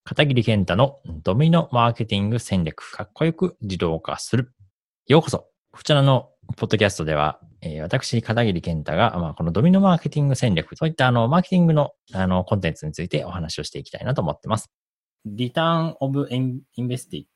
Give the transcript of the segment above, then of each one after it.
片桐健太のドミノマーケティング戦略、かっこよく自動化する。ようこそ。こちらのポッドキャストでは、私、片桐健太が、このドミノマーケティング戦略、そういったマーケティングのコンテンツについてお話をしていきたいなと思ってます。リターンオブインベスティ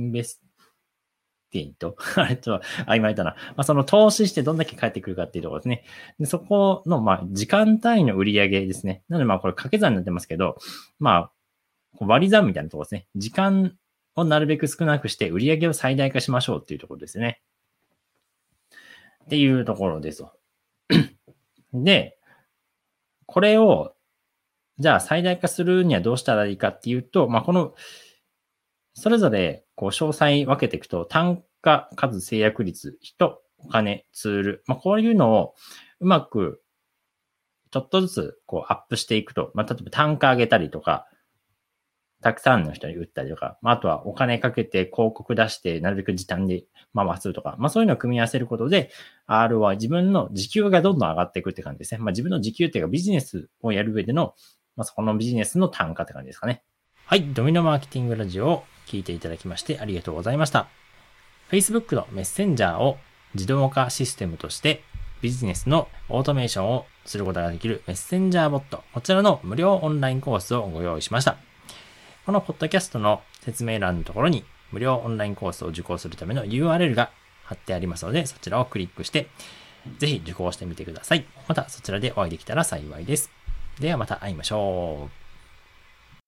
と、あれと曖昧だな。その投資してどんだけ返ってくるかっていうところですね。でそこの、時間単位の売り上げですね。なので、これ掛け算になってますけど、割り算みたいなところですね。時間をなるべく少なくして売り上げを最大化しましょうっていうところですね。っていうところです。で、これを、じゃあ最大化するにはどうしたらいいかっていうと、この、それぞれ、詳細分けていくと、単価、数、制約率、人、お金、ツール、こういうのをうまく、ちょっとずつ、アップしていくと、例えば単価上げたりとか、たくさんの人に売ったりとか、あとはお金かけて広告出して、なるべく時短で回すとか、そういうのを組み合わせることで、ROI、自分の時給がどんどん上がっていくって感じですね。自分の時給っていうかビジネスをやる上での、そこのビジネスの単価って感じですかね。はい。ドミノマーケティングラジオを聞いていただきましてありがとうございました。Facebook のメッセンジャーを自動化システムとしてビジネスのオートメーションをすることができるメッセンジャーボット。こちらの無料オンラインコースをご用意しました。このポッドキャストの説明欄のところに無料オンラインコースを受講するための URL が貼ってありますので、そちらをクリックして、ぜひ受講してみてください。またそちらでお会いできたら幸いです。ではまた会いましょう。